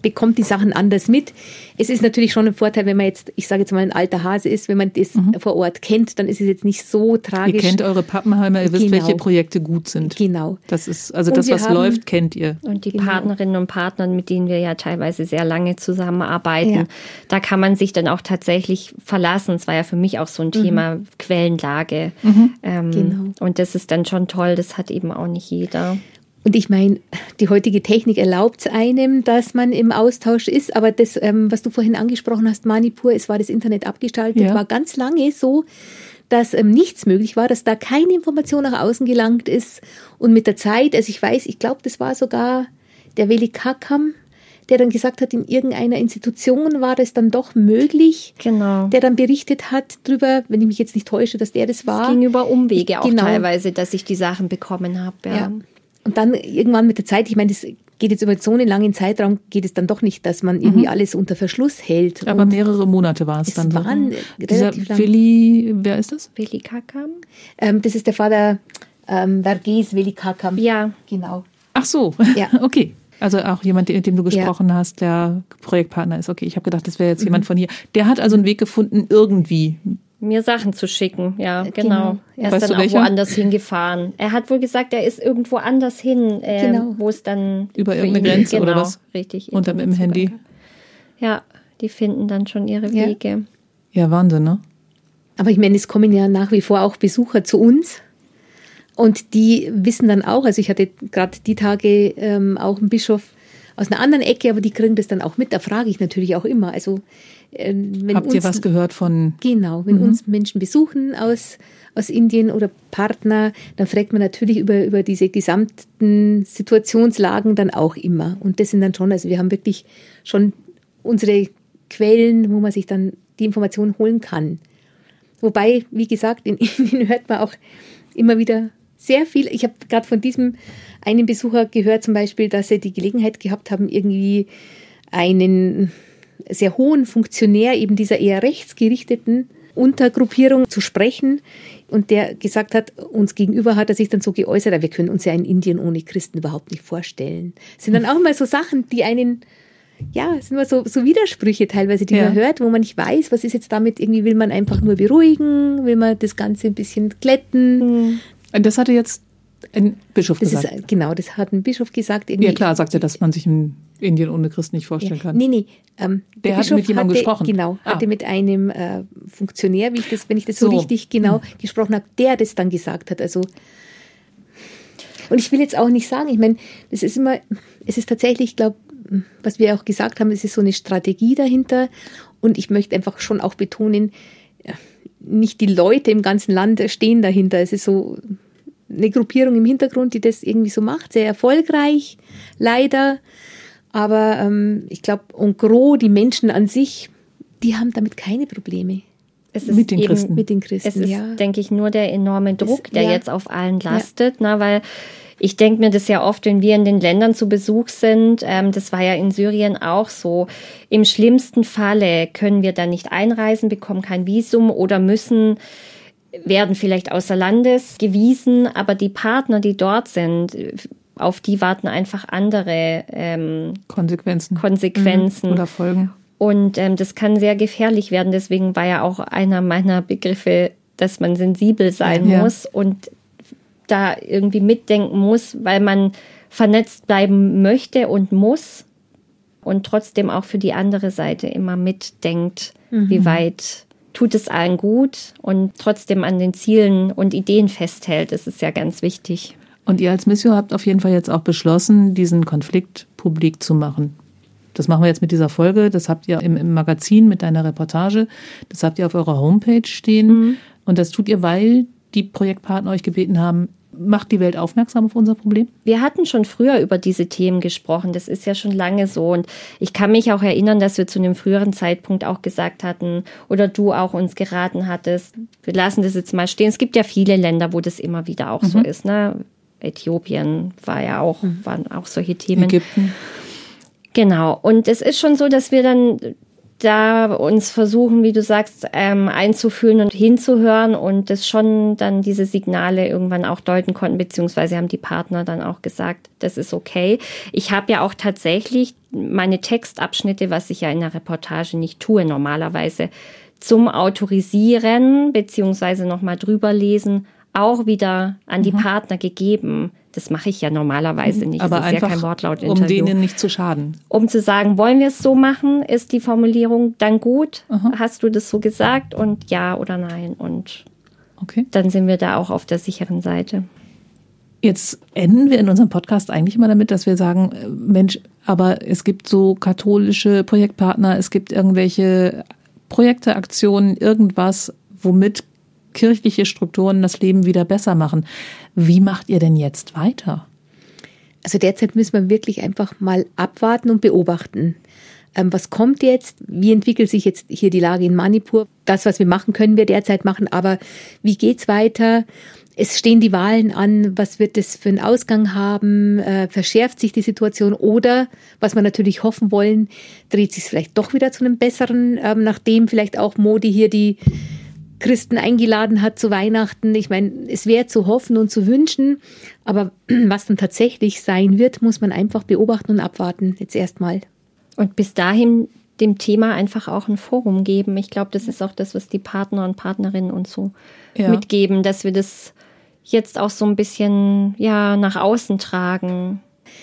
bekommt die Sachen anders mit. Es ist natürlich schon ein Vorteil, wenn man jetzt, ich sage jetzt mal, ein alter Hase ist, wenn man das mhm. vor Ort kennt, dann ist es jetzt nicht so tragisch. Ihr kennt eure Pappenheimer, ihr wisst, genau. welche Projekte gut sind. Genau. Das ist, also und das, was haben, läuft, kennt ihr. Und die genau. Partnerinnen und Partner, mit denen wir ja teilweise sehr lange zusammenarbeiten, ja. da kann man sich dann auch tatsächlich verlassen. Es war ja für mich auch so ein mhm. Thema Quellenlage. Mhm. Ähm, genau. Und das ist dann schon toll, das hat eben auch nicht jeder. Und ich meine, die heutige Technik erlaubt es einem, dass man im Austausch ist. Aber das, ähm, was du vorhin angesprochen hast, Manipur, es war das Internet abgeschaltet, ja. war ganz lange so, dass ähm, nichts möglich war, dass da keine Information nach außen gelangt ist. Und mit der Zeit, also ich weiß, ich glaube, das war sogar der Veli Kakam, der dann gesagt hat, in irgendeiner Institution war das dann doch möglich. Genau. Der dann berichtet hat drüber, wenn ich mich jetzt nicht täusche, dass der das war. Es ging über Umwege auch genau. teilweise, dass ich die Sachen bekommen habe. Ja. ja. Und dann irgendwann mit der Zeit, ich meine, das geht jetzt über so einen langen Zeitraum, geht es dann doch nicht, dass man irgendwie mhm. alles unter Verschluss hält. Aber und mehrere Monate war es, es dann. Es waren so. Relativ lang. Veli, wer ist das? Veli Kakam. Ähm, das ist der Vater ähm, Verghese Veli Kakam. Ja. Genau. Ach so, ja. Okay. Also auch jemand, mit dem du gesprochen ja. hast, der Projektpartner ist. Okay, ich habe gedacht, das wäre jetzt mhm. jemand von hier. Der hat also einen Weg gefunden, irgendwie mir Sachen zu schicken, ja, genau. genau. Er weißt ist dann auch woanders hingefahren. Er hat wohl gesagt, er ist irgendwo anders hin, äh, genau. wo es dann über irgendeine Grenze genau, oder was? Richtig. Und dann mit dem Handy. Ja, die finden dann schon ihre ja. Wege. Ja, Wahnsinn, ne? Aber ich meine, es kommen ja nach wie vor auch Besucher zu uns. Und die wissen dann auch, also ich hatte gerade die Tage ähm, auch einen Bischof aus einer anderen Ecke, aber die kriegen das dann auch mit. Da frage ich natürlich auch immer. Also äh, wenn habt uns, ihr was gehört von? Genau, wenn mhm. uns Menschen besuchen aus aus Indien oder Partner, dann fragt man natürlich über über diese gesamten Situationslagen dann auch immer. Und das sind dann schon, also wir haben wirklich schon unsere Quellen, wo man sich dann die Informationen holen kann. Wobei, wie gesagt, in Indien hört man auch immer wieder sehr viel. Ich habe gerade von diesem einen Besucher gehört zum Beispiel, dass sie die Gelegenheit gehabt haben, irgendwie einen sehr hohen Funktionär eben dieser eher rechtsgerichteten Untergruppierung zu sprechen. Und der gesagt hat, uns gegenüber hat er sich dann so geäußert, wir können uns ja in Indien ohne Christen überhaupt nicht vorstellen. Das sind dann auch immer so Sachen, die einen, ja, es sind immer so, so Widersprüche teilweise, die ja. man hört, wo man nicht weiß, was ist jetzt damit, irgendwie will man einfach nur beruhigen, will man das Ganze ein bisschen glätten. Und das hatte jetzt ein Bischof das gesagt? Ist, genau, das hat ein Bischof gesagt. Irgendwie. Ja klar, sagt er, dass man sich in Indien ohne Christen nicht vorstellen ja. kann. Nee, nee. Ähm, der der hat mit jemandem hatte, gesprochen? Genau, ah. hatte mit einem äh, Funktionär, wie ich das, wenn ich das so, so. richtig genau hm. gesprochen habe, der das dann gesagt hat. Also, und ich will jetzt auch nicht sagen, ich meine, das ist immer, es ist tatsächlich, ich glaube, was wir auch gesagt haben, es ist so eine Strategie dahinter. Und ich möchte einfach schon auch betonen, nicht die Leute im ganzen Land stehen dahinter. Es ist so eine Gruppierung im Hintergrund, die das irgendwie so macht, sehr erfolgreich, leider. Aber ähm, ich glaube, en gros, die Menschen an sich, die haben damit keine Probleme. Es ist mit den eben, Christen. Mit den Christen, es ist, ja. denke ich, nur der enorme Druck, es, der ja. jetzt auf allen lastet, ja. ne, weil ich denke mir das ja oft, wenn wir in den Ländern zu Besuch sind, ähm, das war ja in Syrien auch so, im schlimmsten Falle können wir dann nicht einreisen, bekommen kein Visum oder müssen, werden vielleicht außer Landes gewiesen, aber die Partner, die dort sind, auf die warten einfach andere ähm, Konsequenzen. Konsequenzen. Mhm. Oder Folgen. Und ähm, das kann sehr gefährlich werden. Deswegen war ja auch einer meiner Begriffe, dass man sensibel sein ja. muss und da irgendwie mitdenken muss, weil man vernetzt bleiben möchte und muss und trotzdem auch für die andere Seite immer mitdenkt, mhm. wie weit tut es allen gut und trotzdem an den Zielen und Ideen festhält. Das ist ja ganz wichtig. Und ihr als Mission habt auf jeden Fall jetzt auch beschlossen, diesen Konflikt publik zu machen. Das machen wir jetzt mit dieser Folge. Das habt ihr im, im Magazin mit deiner Reportage. Das habt ihr auf eurer Homepage stehen. Mhm. Und das tut ihr, weil die Projektpartner euch gebeten haben, macht die Welt aufmerksam auf unser Problem? Wir hatten schon früher über diese Themen gesprochen. Das ist ja schon lange so. Und ich kann mich auch erinnern, dass wir zu einem früheren Zeitpunkt auch gesagt hatten oder du auch uns geraten hattest, wir lassen das jetzt mal stehen. Es gibt ja viele Länder, wo das immer wieder auch mhm. so ist. Ne? Äthiopien war ja auch, mhm. waren auch solche Themen. Ägypten. Genau. Und es ist schon so, dass wir dann da uns versuchen, wie du sagst, ähm, einzufühlen und hinzuhören und das schon dann diese Signale irgendwann auch deuten konnten, beziehungsweise haben die Partner dann auch gesagt, das ist okay. Ich habe ja auch tatsächlich meine Textabschnitte, was ich ja in der Reportage nicht tue normalerweise, zum Autorisieren beziehungsweise nochmal drüber lesen, auch wieder an die mhm. Partner gegeben. Das mache ich ja normalerweise nicht. Aber das ist einfach, ja kein Wortlautinterview. Um denen nicht zu schaden. Um zu sagen, wollen wir es so machen? Ist die Formulierung dann gut? Aha. Hast du das so gesagt? Und ja oder nein? Und okay. Dann sind wir da auch auf der sicheren Seite. Jetzt enden wir in unserem Podcast eigentlich immer damit, dass wir sagen, Mensch, aber es gibt so katholische Projektpartner, es gibt irgendwelche Projekte, Aktionen, irgendwas, womit kirchliche Strukturen das Leben wieder besser machen. Wie macht ihr denn jetzt weiter? Also derzeit müssen wir wirklich einfach mal abwarten und beobachten. Ähm, was kommt jetzt? Wie entwickelt sich jetzt hier die Lage in Manipur? Das, was wir machen, können wir derzeit machen, aber wie geht's weiter? Es stehen die Wahlen an. Was wird das für einen Ausgang haben? Äh, verschärft sich die Situation? Oder, was wir natürlich hoffen wollen, dreht sich es vielleicht doch wieder zu einem besseren, ähm, nachdem vielleicht auch Modi hier die Christen eingeladen hat zu Weihnachten. Ich meine, es wäre zu hoffen und zu wünschen, aber was dann tatsächlich sein wird, muss man einfach beobachten und abwarten, jetzt erstmal. Und bis dahin dem Thema einfach auch ein Forum geben. Ich glaube, das ist auch das, was die Partner und Partnerinnen uns so ja. mitgeben, dass wir das jetzt auch so ein bisschen ja nach außen tragen.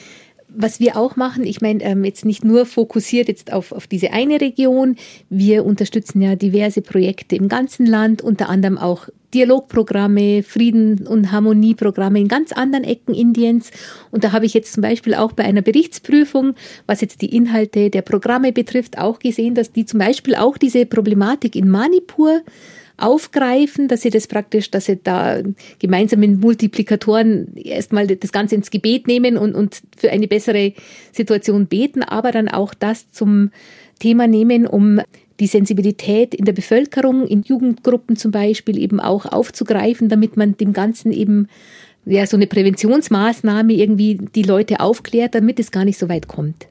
Was wir auch machen, ich meine, ähm, jetzt nicht nur fokussiert jetzt auf, auf diese eine Region. Wir unterstützen ja diverse Projekte im ganzen Land, unter anderem auch Dialogprogramme, Frieden- und Harmonieprogramme in ganz anderen Ecken Indiens. Und da habe ich jetzt zum Beispiel auch bei einer Berichtsprüfung, was jetzt die Inhalte der Programme betrifft, auch gesehen, dass die zum Beispiel auch diese Problematik in Manipur aufgreifen, dass sie das praktisch, dass sie da gemeinsam mit Multiplikatoren erstmal das Ganze ins Gebet nehmen und, und für eine bessere Situation beten, aber dann auch das zum Thema nehmen, um die Sensibilität in der Bevölkerung, in Jugendgruppen zum Beispiel eben auch aufzugreifen, damit man dem Ganzen eben ja so eine Präventionsmaßnahme irgendwie die Leute aufklärt, damit es gar nicht so weit kommt.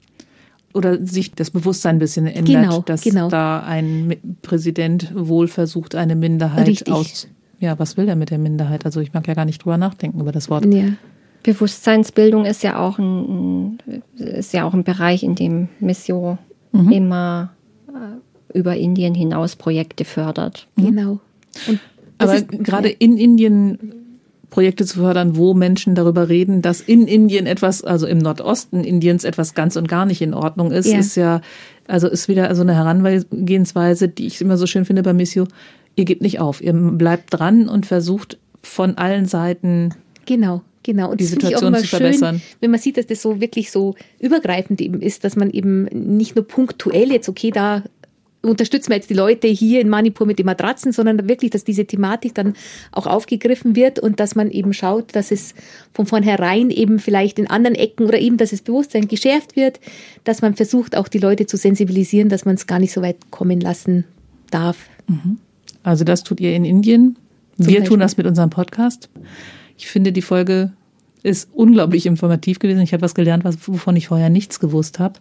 Oder sich das Bewusstsein ein bisschen ändert, genau, dass genau. da ein Präsident wohl versucht, eine Minderheit Richtig. aus... Ja, was will er mit der Minderheit? Also ich mag ja gar nicht drüber nachdenken über das Wort. Ja. Bewusstseinsbildung ist ja auch ein, ist ja auch ein Bereich, in dem Missio mhm. immer über Indien hinaus Projekte fördert. Genau. Und Aber gerade ja. in Indien Projekte zu fördern, wo Menschen darüber reden, dass in Indien etwas, also im Nordosten Indiens etwas ganz und gar nicht in Ordnung ist, ja. ist ja, also ist wieder so eine Herangehensweise, die ich immer so schön finde bei Missio. Ihr gebt nicht auf, ihr bleibt dran und versucht von allen Seiten genau. Genau, und die das Situation ich auch zu verbessern. Schön, wenn man sieht, dass das so wirklich so übergreifend eben ist, dass man eben nicht nur punktuell jetzt, okay, da unterstützen wir jetzt die Leute hier in Manipur mit den Matratzen, sondern wirklich, dass diese Thematik dann auch aufgegriffen wird und dass man eben schaut, dass es von vornherein eben vielleicht in anderen Ecken oder eben, dass das Bewusstsein geschärft wird, dass man versucht, auch die Leute zu sensibilisieren, dass man es gar nicht so weit kommen lassen darf. Also das tut ihr in Indien. Zum Wir Beispiel. tun das mit unserem Podcast. Ich finde, die Folge ist unglaublich informativ gewesen. Ich habe was gelernt, was, wovon ich vorher nichts gewusst habe.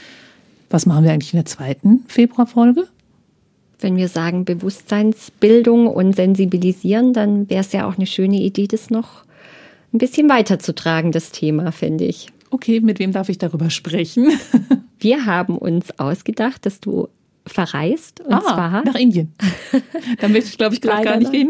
Was machen wir eigentlich in der zweiten Februarfolge? Wenn wir sagen Bewusstseinsbildung und sensibilisieren, dann wäre es ja auch eine schöne Idee, das noch ein bisschen weiterzutragen, das Thema, finde ich. Okay, mit wem darf ich darüber sprechen? Wir haben uns ausgedacht, dass du verreist. Und ah, zwar nach Indien. Da möchte ich, glaube ich, gerade gar nicht hin.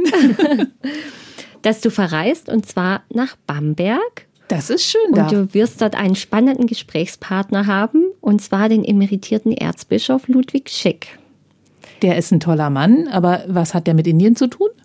Dass du verreist und zwar nach Bamberg. Das ist schön und da. Und du wirst dort einen spannenden Gesprächspartner haben, und zwar den emeritierten Erzbischof Ludwig Schick. Der ist ein toller Mann, aber was hat der mit Indien zu tun?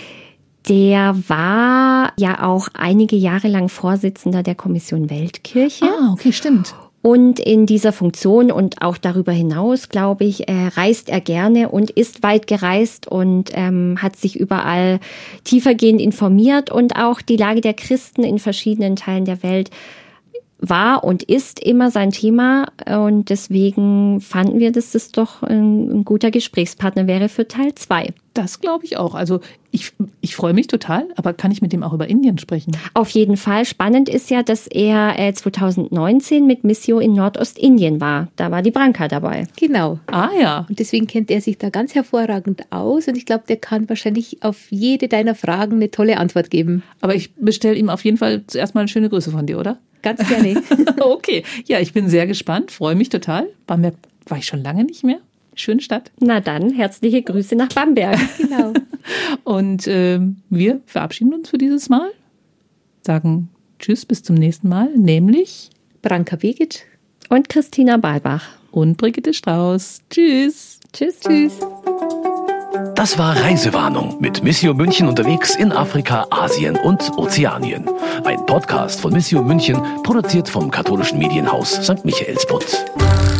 Der war ja auch einige Jahre lang Vorsitzender der Kommission Weltkirche. Ah, okay, stimmt. Und in dieser Funktion und auch darüber hinaus, glaube ich, äh, reist er gerne und ist weit gereist und ähm, hat sich überall tiefergehend informiert und auch die Lage der Christen in verschiedenen Teilen der Welt war und ist immer sein Thema und deswegen fanden wir, dass das doch ein, ein guter Gesprächspartner wäre für Teil zwei. Das glaube ich auch. Also ich, ich freue mich total, aber kann ich mit dem auch über Indien sprechen? Auf jeden Fall. Spannend ist ja, dass er äh, zwanzig neunzehn mit Missio in Nordostindien war. Da war die Branka dabei. Genau. Ah ja. Und deswegen kennt er sich da ganz hervorragend aus und ich glaube, der kann wahrscheinlich auf jede deiner Fragen eine tolle Antwort geben. Aber ich bestelle ihm auf jeden Fall zuerst mal eine schöne Grüße von dir, oder? Ganz gerne. Okay, ja, ich bin sehr gespannt, freue mich total. Bamberg war ich schon lange nicht mehr. Schöne Stadt. Na dann, herzliche Grüße nach Bamberg. Genau. Und äh, wir verabschieden uns für dieses Mal. Sagen Tschüss, bis zum nächsten Mal. Nämlich Branka Begic und Christina Balbach. Und Brigitte Strauß. Tschüss. Tschüss. Tschüss. Das war Reisewarnung mit Missio München unterwegs in Afrika, Asien und Ozeanien. Ein Podcast von Missio München, produziert vom katholischen Medienhaus Sankt Michaelsbund.